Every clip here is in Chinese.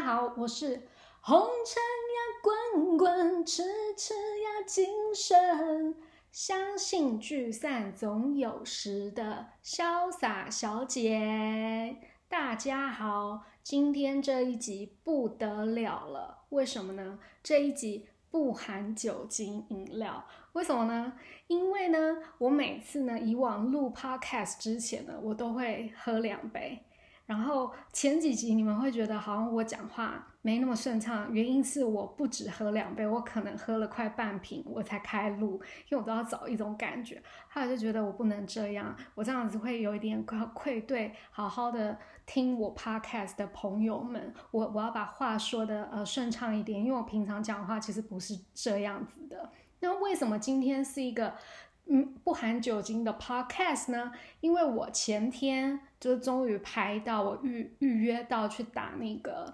好，我是红尘呀滚滚，痴痴呀精神，相信聚散总有时的潇洒小姐。大家好，今天这一集不得了了，为什么呢？这一集不含酒精饮料，为什么呢？因为呢，我每次呢，以往录 podcast 之前呢，我都会喝2杯。然后前几集你们会觉得好像我讲话没那么顺畅，原因是我不止喝2杯，我可能喝了快半瓶我才开录，因为我都要找一种感觉。后来就觉得我不能这样，我这样子会有一点愧对好好的听我 podcast 的朋友们，我要把话说的顺畅一点，因为我平常讲话其实不是这样子的。那为什么今天是一个不含酒精的 podcast 呢？因为我前天就终于排到我预约到去打那个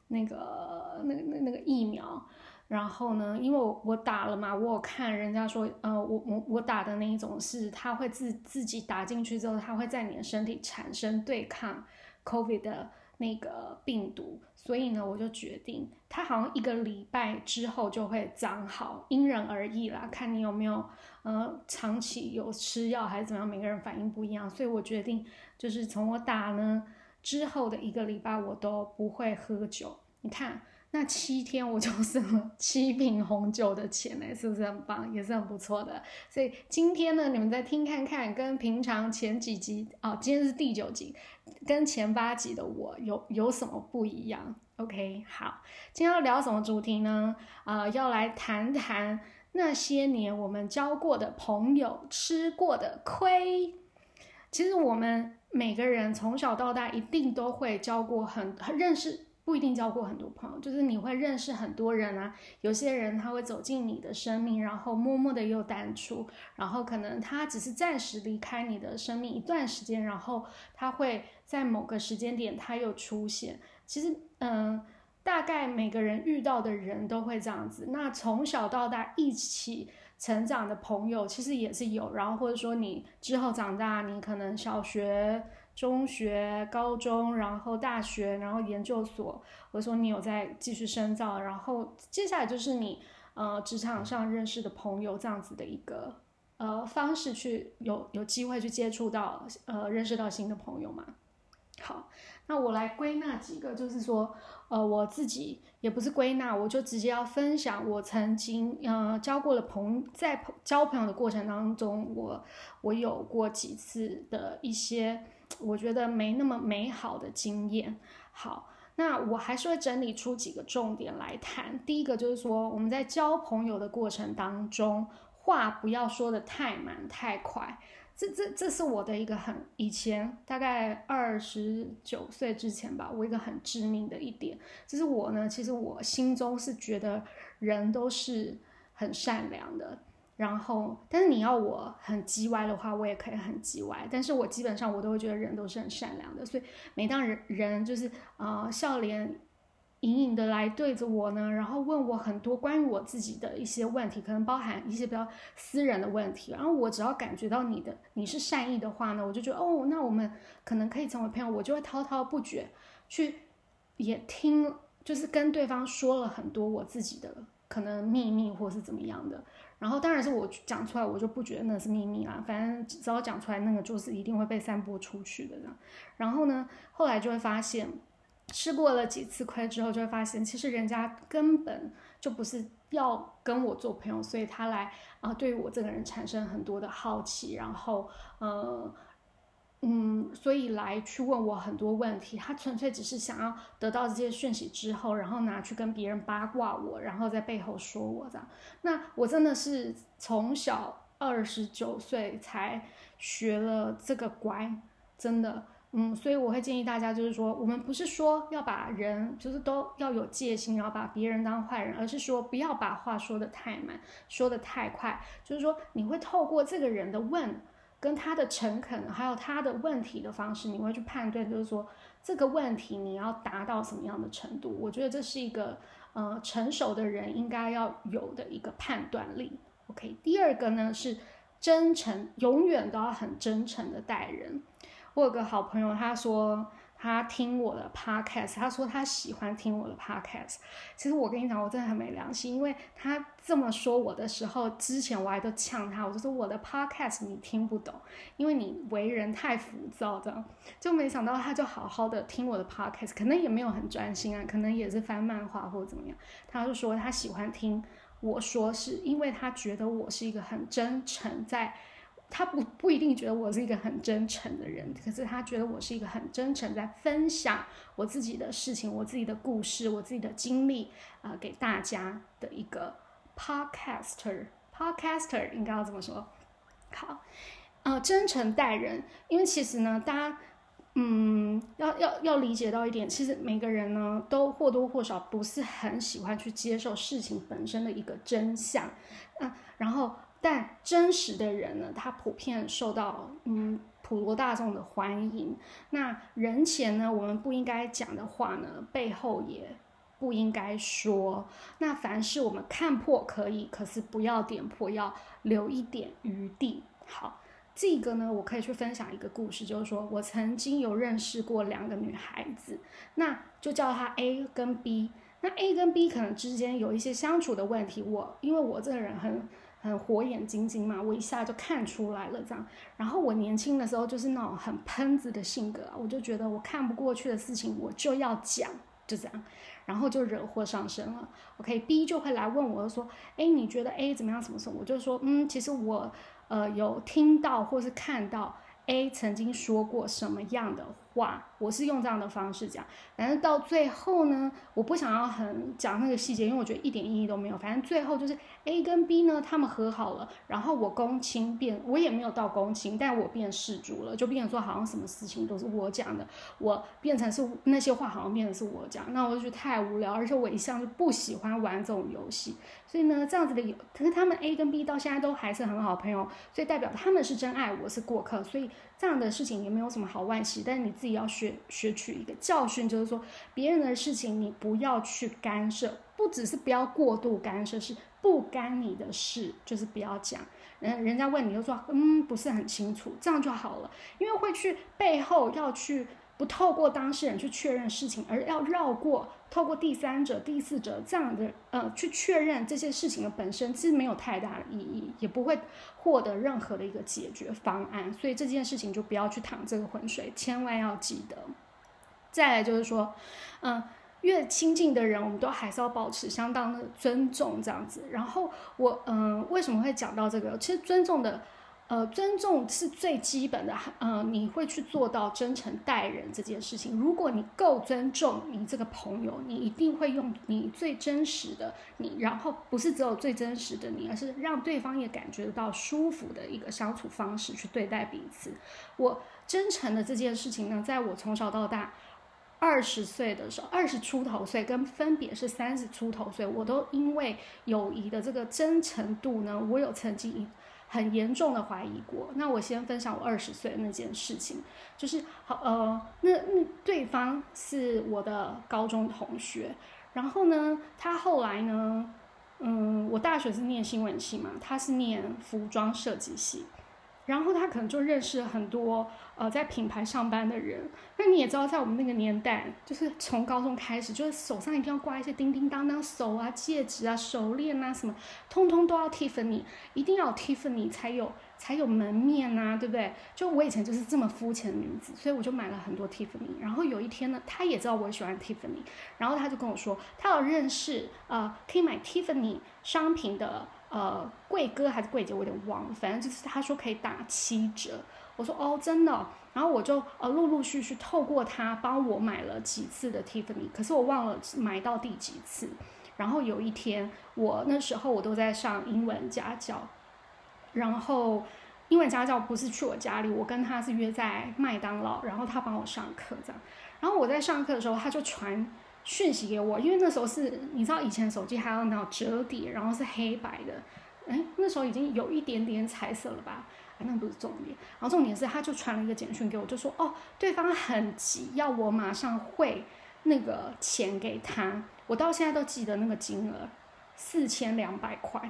疫苗，然后呢，因为我打了嘛，我有看人家说，我打的那一种是它会自己打进去之后，它会在你的身体产生对抗 COVID 的那个病毒，所以呢，我就决定，它好像1个礼拜之后就会长好，因人而异啦，看你有没有长期有吃药还是怎么样，每个人反应不一样，所以我决定就是从我打呢之后的1个礼拜我都不会喝酒。你看那7天我就省了7瓶红酒的钱呢，是不是很棒？也是很不错的。所以今天呢，你们再听看看，跟平常前几集今天是第9集，跟前8集的我有什么不一样 ？OK， 好，今天要聊什么主题呢？要来谈谈那些年我们交过的朋友吃过的亏。其实我们每个人从小到大一定都会交过认识。不一定交过很多朋友，就是你会认识很多人啊。有些人他会走进你的生命，然后默默的又淡出，然后可能他只是暂时离开你的生命一段时间，然后他会在某个时间点他又出现。其实大概每个人遇到的人都会这样子。那从小到大一起成长的朋友其实也是有，然后或者说你之后长大，你可能小学、中学、高中，然后大学，然后研究所，或者说你有在继续深造，然后接下来就是你职场上认识的朋友这样子的一个方式去有机会去接触到认识到新的朋友嘛。好，那我来归纳几个，就是说我自己也不是归纳，我就直接要分享我曾经交过的在交朋友的过程当中，我有过几次的一些我觉得没那么美好的经验。好，那我还是会整理出几个重点来谈。第一个就是说，我们在交朋友的过程当中，话不要说得太满太快。这是我的一个以前大概29岁之前吧，我一个很致命的一点，就是我呢，其实我心中是觉得人都是很善良的，然后但是你要我很叽歪的话，我也可以很叽歪，但是我基本上我都会觉得人都是很善良的，所以每当人就是笑脸隐隐的来对着我呢，然后问我很多关于我自己的一些问题，可能包含一些比较私人的问题，然后我只要感觉到你是善意的话呢，我就觉得那我们可能可以成为朋友，我就会滔滔不绝去也听，就是跟对方说了很多我自己的可能秘密或是怎么样的，然后当然是我讲出来我就不觉得那是秘密啦，反正只要讲出来那个就是一定会被散播出去的。然后呢，后来就会发现吃过了几次亏之后，就会发现其实人家根本就不是要跟我做朋友，所以他来对于我这个人产生很多的好奇，然后所以来去问我很多问题，他纯粹只是想要得到这些讯息之后，然后拿去跟别人八卦我，然后在背后说我这样。那我真的是从小29岁才学了这个乖，真的。所以我会建议大家，就是说，我们不是说要把人就是都要有戒心，然后把别人当坏人，而是说不要把话说得太满，说得太快。就是说，你会透过这个人的问，跟他的诚恳，还有他的问题的方式，你会去判断，就是说这个问题你要达到什么样的程度。我觉得这是一个成熟的人应该要有的一个判断力。OK， 第二个呢是真诚，永远都要很真诚的待人。我有个好朋友，他说他听我的 podcast， 他说他喜欢听我的 podcast。其实我跟你讲，我真的很没良心，因为他这么说我的时候，之前我还都呛他，我就说我的 podcast 你听不懂，因为你为人太浮躁的。就没想到他就好好的听我的 podcast， 可能也没有很专心啊，可能也是翻漫画或者怎么样。他就说他喜欢听我说，是因为他觉得我是一个很真诚他不一定觉得我是一个很真诚的人，可是他觉得我是一个很真诚在分享我自己的事情、我自己的故事、我自己的经历给大家的一个 podcaster 应该要这么说。好，真诚待人，因为其实呢，大家要理解到一点，其实每个人呢都或多或少不是很喜欢去接受事情本身的一个真相，然后但真实的人呢，他普遍受到普罗大众的欢迎。那人前呢，我们不应该讲的话呢，背后也不应该说。那凡事我们看破可以，可是不要点破，要留一点余地。好。这个呢，我可以去分享一个故事，就是说我曾经有认识过2个女孩子，那就叫她 A 跟 B。那 A 跟 B 可能之间有一些相处的问题，因为我这个人很火眼金睛嘛，我一下就看出来了这样。然后我年轻的时候就是那种很喷子的性格，我就觉得我看不过去的事情我就要讲，就这样，然后就惹祸上身了。OK，B 就会来问我，说，你觉得 A 怎么样？什么什么？我就说，其实我有听到或是看到 A 曾经说过什么样的话，我是用这样的方式讲。反正到最后呢，我不想要很讲那个细节，因为我觉得一点意义都没有。反正最后就是 A 跟 B 呢，他们和好了，然后我公亲我也没有到公亲，但我变事主了，就变成说好像什么事情都是我讲的，我变成是那些话好像变成是我讲，那我就觉得太无聊，而且我一向就不喜欢玩这种游戏。所以呢，这样子的可是他们 A 跟 B 到现在都还是很好朋友，所以代表他们是真爱，我是过客，所以这样的事情也没有什么好惋惜。但是你自己要学取一个教训，就是说别人的事情你不要去干涉，不只是不要过度干涉，是不干你的事，就是不要讲。人家问你就说不是很清楚，这样就好了。因为会去背后要去不透过当事人去确认事情，而要绕过透过第三者、第四者这样的去确认这些事情的本身，其实没有太大的意义，也不会获得任何的一个解决方案。所以这件事情就不要去淌这个浑水，千万要记得。再来就是说，越亲近的人，我们都还是要保持相当的尊重，这样子。然后我为什么会讲到这个？其实尊重是最基本的，你会去做到真诚待人这件事情。如果你够尊重你这个朋友，你一定会用你最真实的你，然后不是只有最真实的你，而是让对方也感觉到舒服的一个相处方式去对待彼此。我真诚的这件事情呢，在我从小到大20岁的时候，20出头岁跟分别是30出头岁，我都因为友谊的这个真诚度呢，我有曾经很严重的怀疑过。那我先分享我20岁的那件事情，就是那对方是我的高中同学，然后呢，他后来呢，我大学是念新闻系嘛，他是念服装设计系。然后他可能就认识了很多在品牌上班的人。那你也知道，在我们那个年代，就是从高中开始，就是手上一定要挂一些叮叮当当手啊、戒指啊、手链啊什么，通通都要 Tiffany， 一定要有 Tiffany 才有门面啊，对不对？就我以前就是这么肤浅的女子，所以我就买了很多 Tiffany。然后有一天呢，他也知道我喜欢 Tiffany， 然后他就跟我说，他有认识可以买 Tiffany 商品的贵哥还是贵姐，我有点忘了，反正就是他说可以打7折。我说哦，真的哦。然后我就陆陆续续透过他帮我买了几次的 Tiffany， 可是我忘了买到第几次。然后有一天，那时候我都在上英文家教，然后英文家教不是去我家里，我跟他是约在麦当劳，然后他帮我上课这样。然后我在上课的时候，他就传讯息给我，因为那时候是你知道以前手机还有那种折叠，然后是黑白的，那时候已经有一点点彩色了吧，那不是重点。然后重点是他就传了一个简讯给我，就说对方很急，要我马上汇那个钱给他。我到现在都记得那个金额，4200块。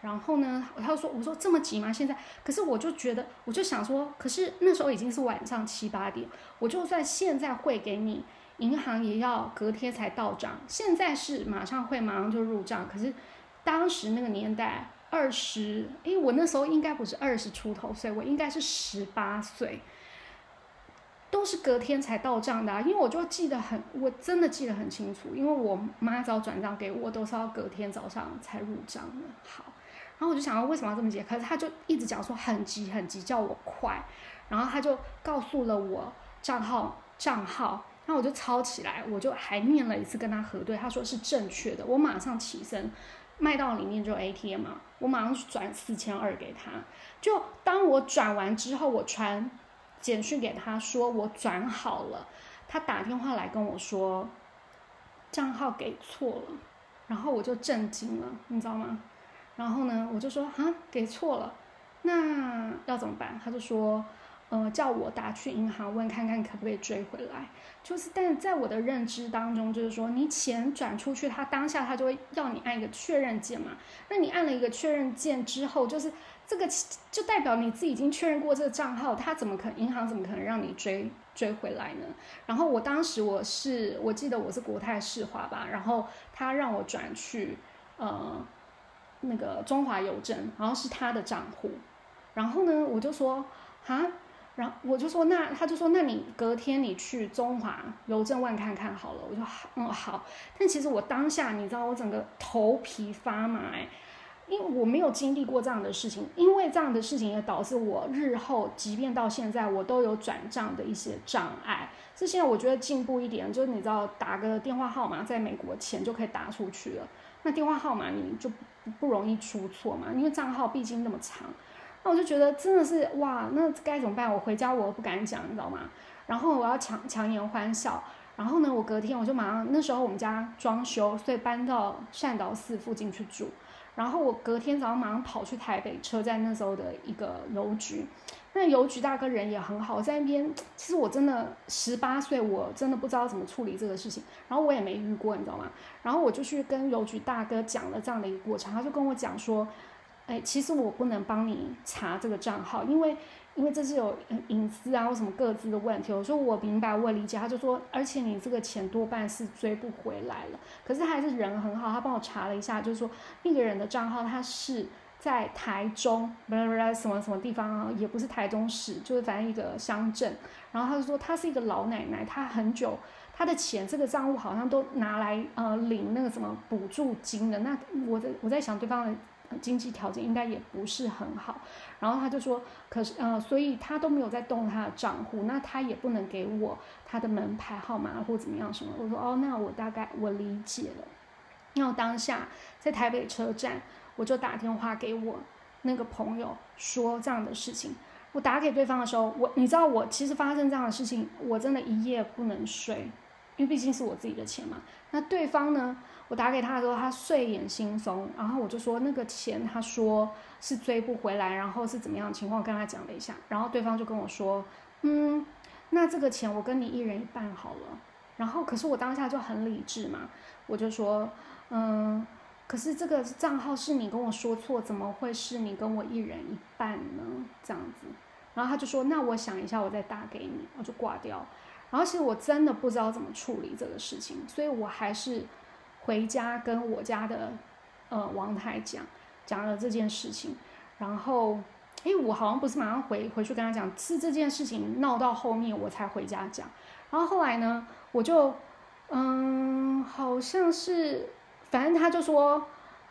然后呢，他就说，我说这么急吗？现在？可是我就觉得，我就想说，可是那时候已经是晚上7、8点，我就算现在汇给你，银行也要隔天才到账。现在是马上汇，马上就入账。可是当时那个年代，20，我那时候应该不是20出头岁，我应该是18岁。都是隔天才到账的因为我就记得我真的记得很清楚，因为我妈早转账给我，都是要隔天早上才入账的。好，然后我就想到为什么要这么急，可是他就一直讲说很急很急，叫我快，然后他就告诉了我账号，然后我就抄起来，我就还念了一次跟他核对，他说是正确的，我马上起身，麦当劳里面就有 ATM 嘛，我马上转4200给他，就当我转完之后，我传简讯给他说我转好了，他打电话来跟我说账号给错了，然后我就震惊了，你知道吗？然后呢，我就说给错了，那要怎么办？他就说叫我打去银行问看看可不可以追回来。但在我的认知当中，就是说你钱转出去，他当下他就会要你按一个确认键嘛。那你按了一个确认键之后，就是这个就代表你自己已经确认过这个账号，银行怎么可能让你追回来呢？然后我当时我记得我是国泰世华吧，然后他让我转去那个中华邮政，然后是他的账户。然后呢，我就说然后我就说他就说那你隔天你去中华邮政问看看好了。我就好。但其实我当下你知道我整个头皮发麻因为我没有经历过这样的事情，因为这样的事情也导致我日后即便到现在我都有转账的一些障碍。是现在我觉得进步一点，就是你知道打个电话号码在美国钱就可以打出去了，那电话号码你就不容易出错嘛，因为账号毕竟那么长。那我就觉得真的是哇，那该怎么办？我回家我不敢讲，你知道吗？然后我要强颜欢笑。然后呢，我隔天我就马上，那时候我们家装修，所以搬到善导寺附近去住。然后我隔天早上马上跑去台北车站那时候的一个邮局，那邮局大哥人也很好，在那边其实我真的18岁，我真的不知道怎么处理这个事情，然后我也没遇过，你知道吗？然后我就去跟邮局大哥讲了这样的一个过程，他就跟我讲说，其实我不能帮你查这个账号，因为这是有隐私啊或什么各自的问题。我说我明白，我理解。他就说，而且你这个钱多半是追不回来了。可是他还是人很好，他帮我查了一下，就是说那个人的账号他是在台中什么什么地方啊，也不是台中市，就是反正一个乡镇。然后他就说他是一个老奶奶，他很久他的钱这个账户好像都拿来领那个什么补助金的。那我在想对方的经济条件应该也不是很好，然后他就说，可是所以他都没有在动他的账户，那他也不能给我他的门牌号码或怎么样什么。我说那我大概我理解了。然后当下在台北车站，我就打电话给我那个朋友说这样的事情。我打给对方的时候，你知道我其实发生这样的事情，我真的一夜不能睡，因为毕竟是我自己的钱嘛。那对方呢？我打给他的时候，他睡眼惺忪，然后我就说那个钱，他说是追不回来，然后是怎么样的情况，跟他讲了一下，然后对方就跟我说，那这个钱我跟你1人1半好了。然后可是我当下就很理智嘛，我就说，可是这个账号是你跟我说错，怎么会是你跟我1人1半呢？这样子，然后他就说，那我想一下，我再打给你，我就挂掉。然后其实我真的不知道怎么处理这个事情，所以我还是回家跟我家的王太讲了这件事情。然后我好像不是马上回去跟他讲，是这件事情闹到后面我才回家讲。然后后来呢，我就好像是反正他就说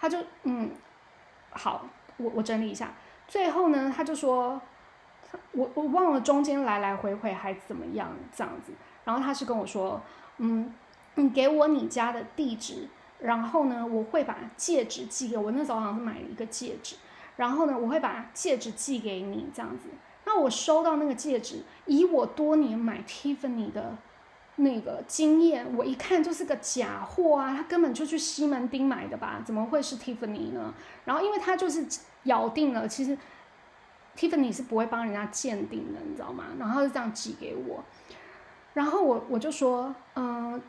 好，我整理一下。最后呢，他就说我忘了中间来来回回还怎么样这样子。然后他是跟我说，你给我你家的地址，然后呢，我会把戒指寄给我。那时候好像是买了一个戒指，然后呢，我会把戒指寄给你这样子。那我收到那个戒指，以我多年买 Tiffany 的那个经验，我一看就是个假货啊，他根本就去西门町买的吧？怎么会是 Tiffany 呢？然后因为他就是咬定了，其实 Tiffany 是不会帮人家鉴定的，你知道吗？然后就这样寄给我，然后我就说，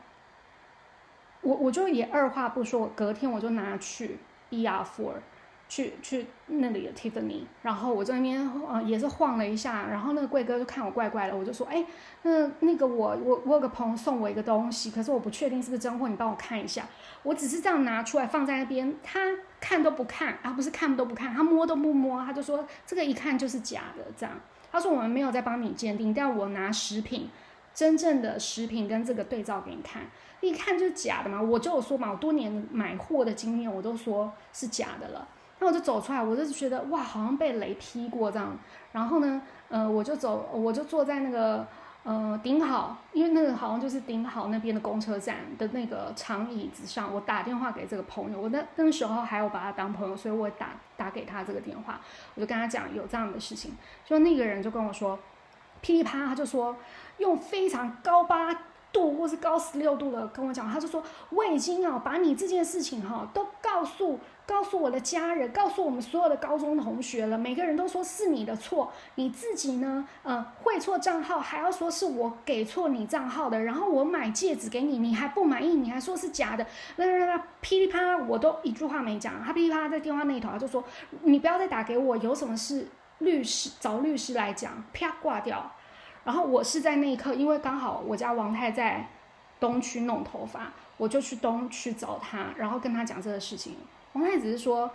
我就也二话不说，隔天我就拿去 ER4 去那里的 Tiffany， 然后我在那边也是晃了一下，然后那个贵哥就看我怪怪的，我就说，哎，那个我有个朋友送我一个东西，可是我不确定是不是真货，你帮我看一下。我只是这样拿出来放在那边，他看都不看啊，不是看都不看，他摸都不摸，他就说这个一看就是假的，这样。他说我们没有在帮你鉴定，但我拿食品真正的食品跟这个对照给你看，一看就是假的嘛。我就有说嘛，我多年买货的经验，我都说是假的了。那我就走出来，我就觉得哇，好像被雷劈过这样。然后呢，我就坐在那个顶好，因为那个好像就是顶好那边的公车站的那个长椅子上，我打电话给这个朋友，我那个时候还有把他当朋友，所以我打给他这个电话，我就跟他讲有这样的事情，就那个人就跟我说，噼里啪啦，他就说用非常高8度或是高16度的跟我讲，他就说我已经把你这件事情都告诉我的家人，告诉我们所有的高中同学了，每个人都说是你的错，你自己呢汇错账号，还要说是我给错你账号的，然后我买戒指给你，你还不满意，你还说是假的，那噼里啪啦，我都一句话没讲，他噼里啪啦在电话那头他就说你不要再打给我，有什么事找律师来讲，啪挂掉。然后我是在那一刻，因为刚好我家王太在东区弄头发，我就去东区找他，然后跟他讲这个事情。王太只是说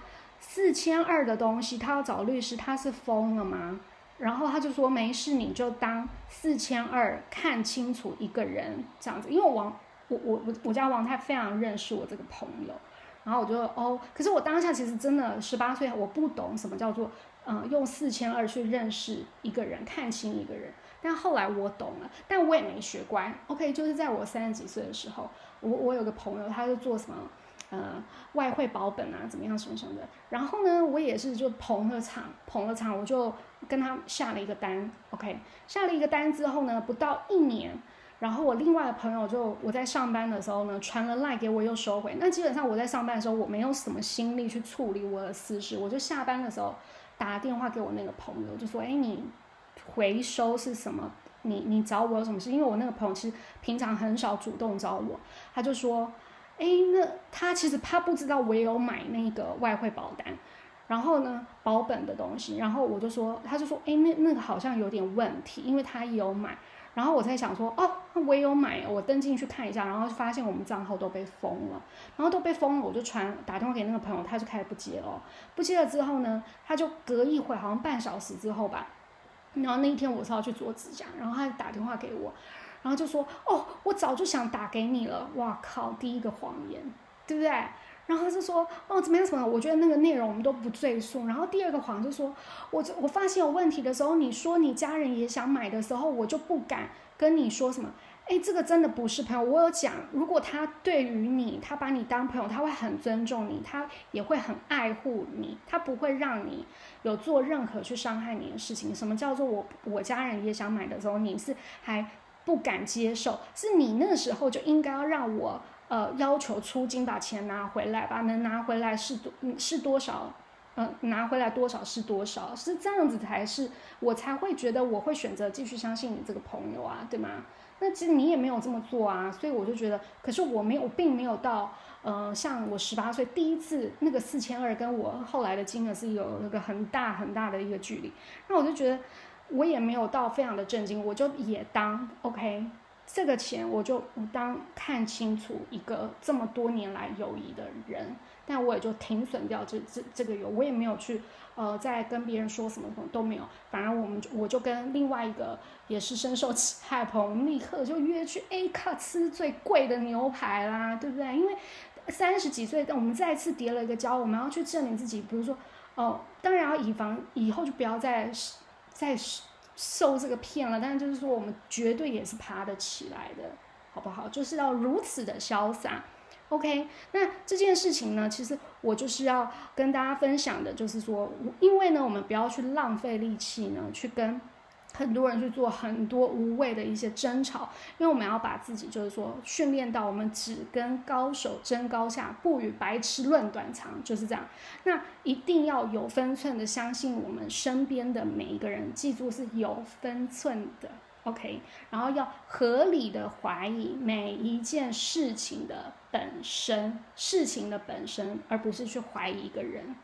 4200的东西，他要找律师，他是疯了吗？然后他就说没事，你就当4200看清楚一个人这样子。因为我家王太非常认识我这个朋友，然后我就可是我当下其实真的18岁，我不懂什么叫做用4200去认识一个人，看清一个人。但后来我懂了，但我也没学乖。OK， 就是在我30几岁的时候，我有个朋友，他就做什么外汇保本啊，怎么样什么什么的。然后呢，我也是就捧了场，我就跟他下了一个单。OK， 下了一个单之后呢，不到1年。然后我另外的朋友我在上班的时候呢，传了 LINE 给我又收回。那基本上我在上班的时候，我没有什么心力去处理我的私事，我就下班的时候打电话给我那个朋友，就说：“哎，你回收是什么？你找我有什么事？”因为我那个朋友其实平常很少主动找我，他就说：“哎，那他其实他不知道我也有买那个外汇保单，然后呢保本的东西。”然后他就说：“哎，那个好像有点问题，因为他也有买。”然后我才想说，我也有买，我登进去看一下，然后发现我们账号都被封了，我就打电话给那个朋友，他就开始不接了，不接了之后呢，他就隔一会好像半小时之后吧，然后那一天我是要去做指甲，然后他打电话给我，然后就说，我早就想打给你了，哇靠，第一个谎言，对不对？然后他就说怎么样，我觉得那个内容我们都不赘述。然后第二个谎就说我发现有问题的时候，你说你家人也想买的时候，我就不敢跟你说什么。这个真的不是朋友。我有讲，如果他对于你，他把你当朋友，他会很尊重你，他也会很爱护你，他不会让你有做任何去伤害你的事情。什么叫做我家人也想买的时候，你是还不敢接受，是你那时候就应该要让我要求出金把钱拿回来吧，能拿回来是多少，拿回来多少是多少，是这样子我才会觉得我会选择继续相信你这个朋友啊，对吗？那其实你也没有这么做啊，所以我就觉得，可是我并没有到像我18岁第一次那个4200跟我后来的金额是有那个很大很大的一个距离，那我就觉得我也没有到非常的震惊，我就也当 OK。这个钱我当看清楚一个这么多年来友谊的人，但我也就停损掉这个我也没有去再跟别人说什么都没有，反而我就跟另外一个也是深受其害的朋友，我们立刻就约去 A 卡吃最贵的牛排啦，对不对？因为30几岁，我们再次跌了一个跤，我们要去证明自己，比如说当然要以防以后就不要再受这个骗了，但是就是说我们绝对也是爬得起来的，好不好？就是要如此的潇洒。OK， 那这件事情呢，其实我就是要跟大家分享的，就是说，因为呢，我们不要去浪费力气呢，去跟很多人去做很多无谓的一些争吵，因为我们要把自己就是说训练到我们只跟高手争高下，不与白痴论短长，就是这样。那一定要有分寸的相信我们身边的每一个人，记住是有分寸的 OK， 然后要合理的怀疑每一件事情的本身，而不是去怀疑一个人。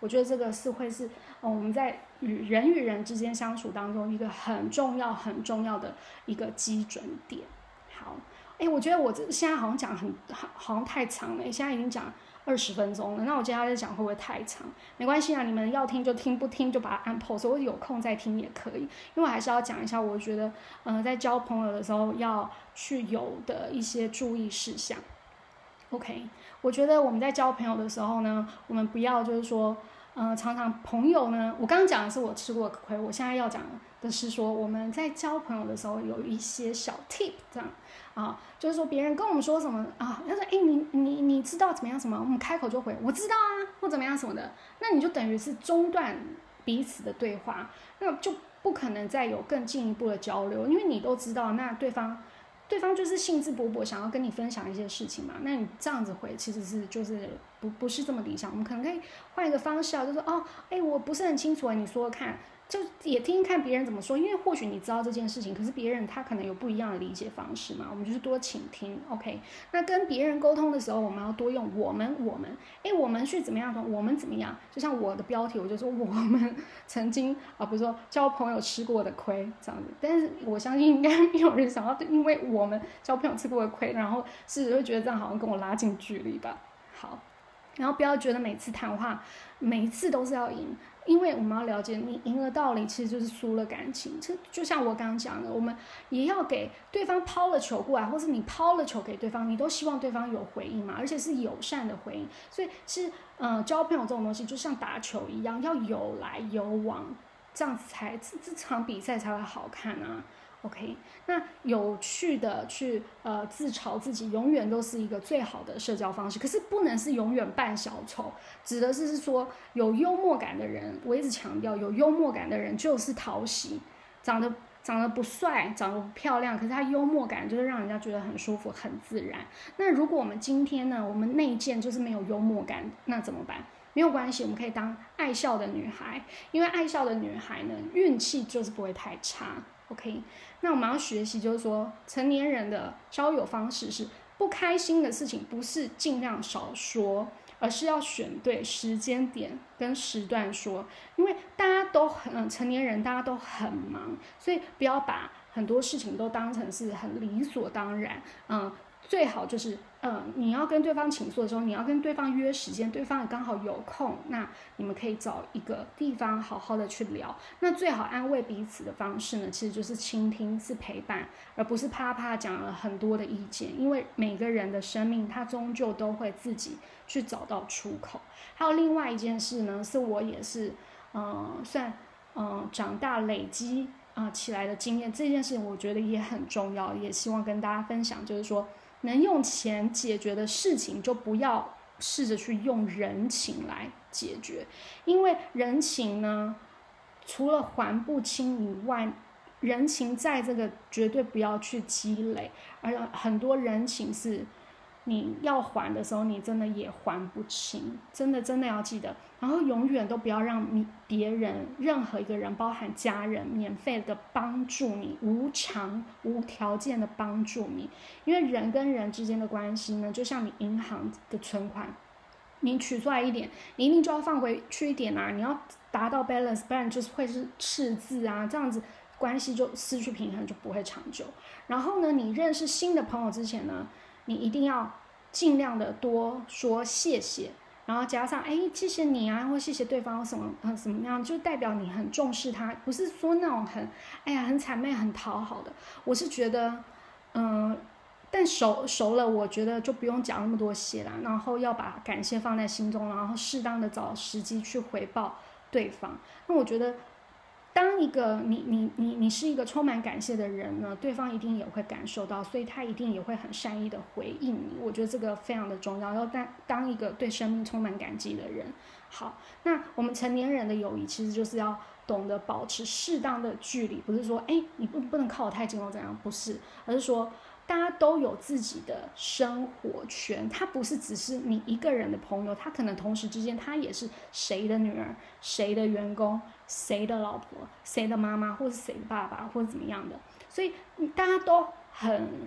我觉得这个是会是我们在与人之间相处当中一个很重要的一个基准点。好，我觉得我现在好像讲好像太长了，现在已经讲20分钟了，那我接下来讲会不会太长？没关系啊，你们要听就听，不听就把它按 pause， 我有空再听也可以，因为我还是要讲一下，我觉得在交朋友的时候要去有的一些注意事项。OK， 我觉得我们在交朋友的时候呢，我们不要就是说，常常朋友呢，我刚刚讲的是我吃过的亏，我现在要讲的是说，我们在交朋友的时候有一些小 tip， 这样啊，就是说别人跟我们说什么啊，他说你知道怎么样什么，我们开口就回我知道啊，或怎么样什么的，那你就等于是中断彼此的对话，那就不可能再有更进一步的交流，因为你都知道，那对方就是兴致勃勃想要跟你分享一些事情嘛，那你这样子回其实是就是不是这么理想，我们可能可以换一个方式啊，就是我不是很清楚你说看，就也听听看别人怎么说，因为或许你知道这件事情，可是别人他可能有不一样的理解方式嘛，我们就是多倾听 OK。 那跟别人沟通的时候，我们要多用我们去怎么样，我们怎么样，就像我的标题我就说我们曾经不是说交朋友吃过的亏这样子，但是我相信应该没有人想要因为我们交朋友吃过的亏，然后是会觉得这样好像跟我拉近距离吧。好，然后不要觉得每次谈话每一次都是要赢，因为我们要了解，你赢了道理其实就是输了感情。就像我刚刚讲的，我们也要给对方抛了球过来，或是你抛了球给对方，你都希望对方有回应嘛，而且是友善的回应。所以是交朋友这种东西就像打球一样，要有来有往，这样子才这场比赛才会好看啊。OK， 那有趣的去自嘲自己，永远都是一个最好的社交方式。可是不能是永远扮小丑，指的是说有幽默感的人，我一直强调，有幽默感的人就是讨喜，长得不帅，长得不漂亮，可是他幽默感就是让人家觉得很舒服、很自然。那如果我们今天呢，我们内建就是没有幽默感，那怎么办？没有关系，我们可以当爱笑的女孩，因为爱笑的女孩呢，运气就是不会太差。OK， 那我们要学习，就是说成年人的交友方式是不开心的事情，不是尽量少说，而是要选对时间点跟时段说，因为大家都成年人，大家都很忙，所以不要把很多事情都当成是很理所当然。最好就是你要跟对方倾诉的时候，你要跟对方约时间，对方也刚好有空，那你们可以找一个地方好好的去聊。那最好安慰彼此的方式呢，其实就是倾听，是陪伴，而不是啪啪讲了很多的意见。因为每个人的生命，他终究都会自己去找到出口。还有另外一件事呢，是我也是算长大累积起来的经验，这件事情我觉得也很重要，也希望跟大家分享，就是说能用钱解决的事情，就不要试着去用人情来解决，因为人情呢，除了还不清以外，人情债这个绝对不要去积累，而很多人情是你要还的时候，你真的也还不清，真的要记得。然后永远都不要让别人任何一个人，包含家人，免费的帮助你，无偿无条件的帮助你。因为人跟人之间的关系呢，就像你银行的存款，你取出来一点，你一定就要放回去一点啊，你要达到 balance， 不然就是会是赤字啊，这样子关系就失去平衡，就不会长久。然后呢，你认识新的朋友之前呢，你一定要尽量的多说谢谢，然后加上谢谢你啊，或谢谢对方什么样，就代表你很重视他，不是说那种很谄媚很讨好的。我是觉得但熟了，我觉得就不用讲那么多谢啦，然后要把感谢放在心中，然后适当的找时机去回报对方。那我觉得当一个你是一个充满感谢的人呢，对方一定也会感受到，所以他一定也会很善意的回应你。我觉得这个非常的重要，要当一个对生命充满感激的人。好，那我们成年人的友谊其实就是要懂得保持适当的距离，不是说你不能靠我太近或怎样，不是，而是说大家都有自己的生活圈，他不是只是你一个人的朋友，他可能同时之间他也是谁的女儿，谁的员工，谁的老婆，谁的妈妈，或是谁的爸爸，或者怎么样的。所以大家都很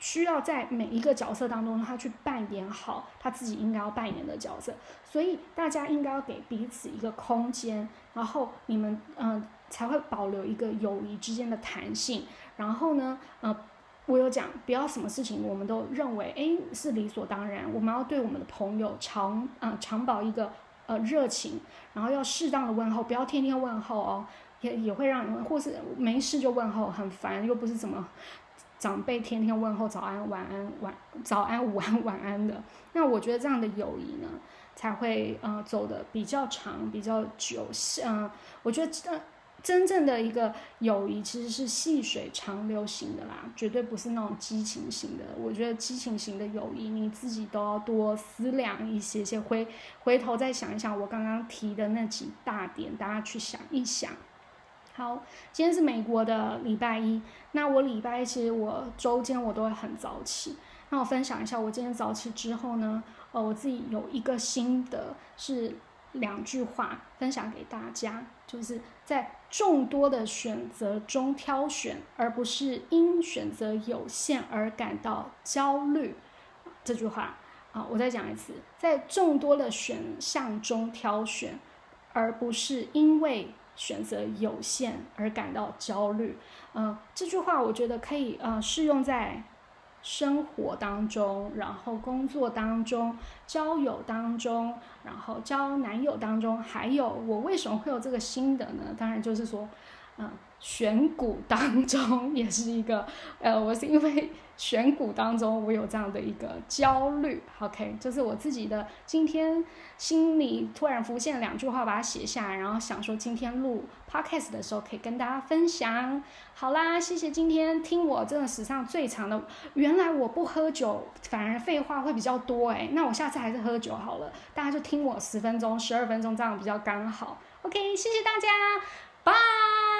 需要在每一个角色当中，他去扮演好他自己应该要扮演的角色，所以大家应该要给彼此一个空间，然后你们才会保留一个友谊之间的弹性。然后呢，我有讲，不要什么事情我们都认为是理所当然，我们要对我们的朋友常保一个热情，然后要适当的问候，不要天天问候哦，也会让人或是没事就问候，很烦，又不是怎么长辈天天问候早安晚安早安午安晚安的。那我觉得这样的友谊呢才会走得比较长比较久。我觉得真正的一个友谊其实是细水长流型的啦，绝对不是那种激情型的。我觉得激情型的友谊你自己都要多思量一些，回头再想一想我刚刚提的那几大点，大家去想一想。好，今天是美国的礼拜一，那我礼拜一其实我周间我都会很早起。那我分享一下我今天早起之后呢，我自己有一个心得是2句话分享给大家，就是在众多的选择中挑选，而不是因选择有限而感到焦虑。这句话我再讲一次，在众多的选项中挑选，而不是因为选择有限而感到焦虑。这句话我觉得可以适用在生活当中，然后工作当中，交友当中，然后交男友当中，还有我为什么会有这个心得呢？当然就是说选股当中也是一个我是因为选股当中我有这样的一个焦虑。 OK， 就是我自己的今天心里突然浮现2句话，把它写下来，然后想说今天录 podcast 的时候可以跟大家分享。好啦，谢谢今天听我真的史上最长的，原来我不喝酒反而废话会比较多那我下次还是喝酒好了，大家就听我10分钟12分钟，这样比较刚好。 OK， 谢谢大家，拜。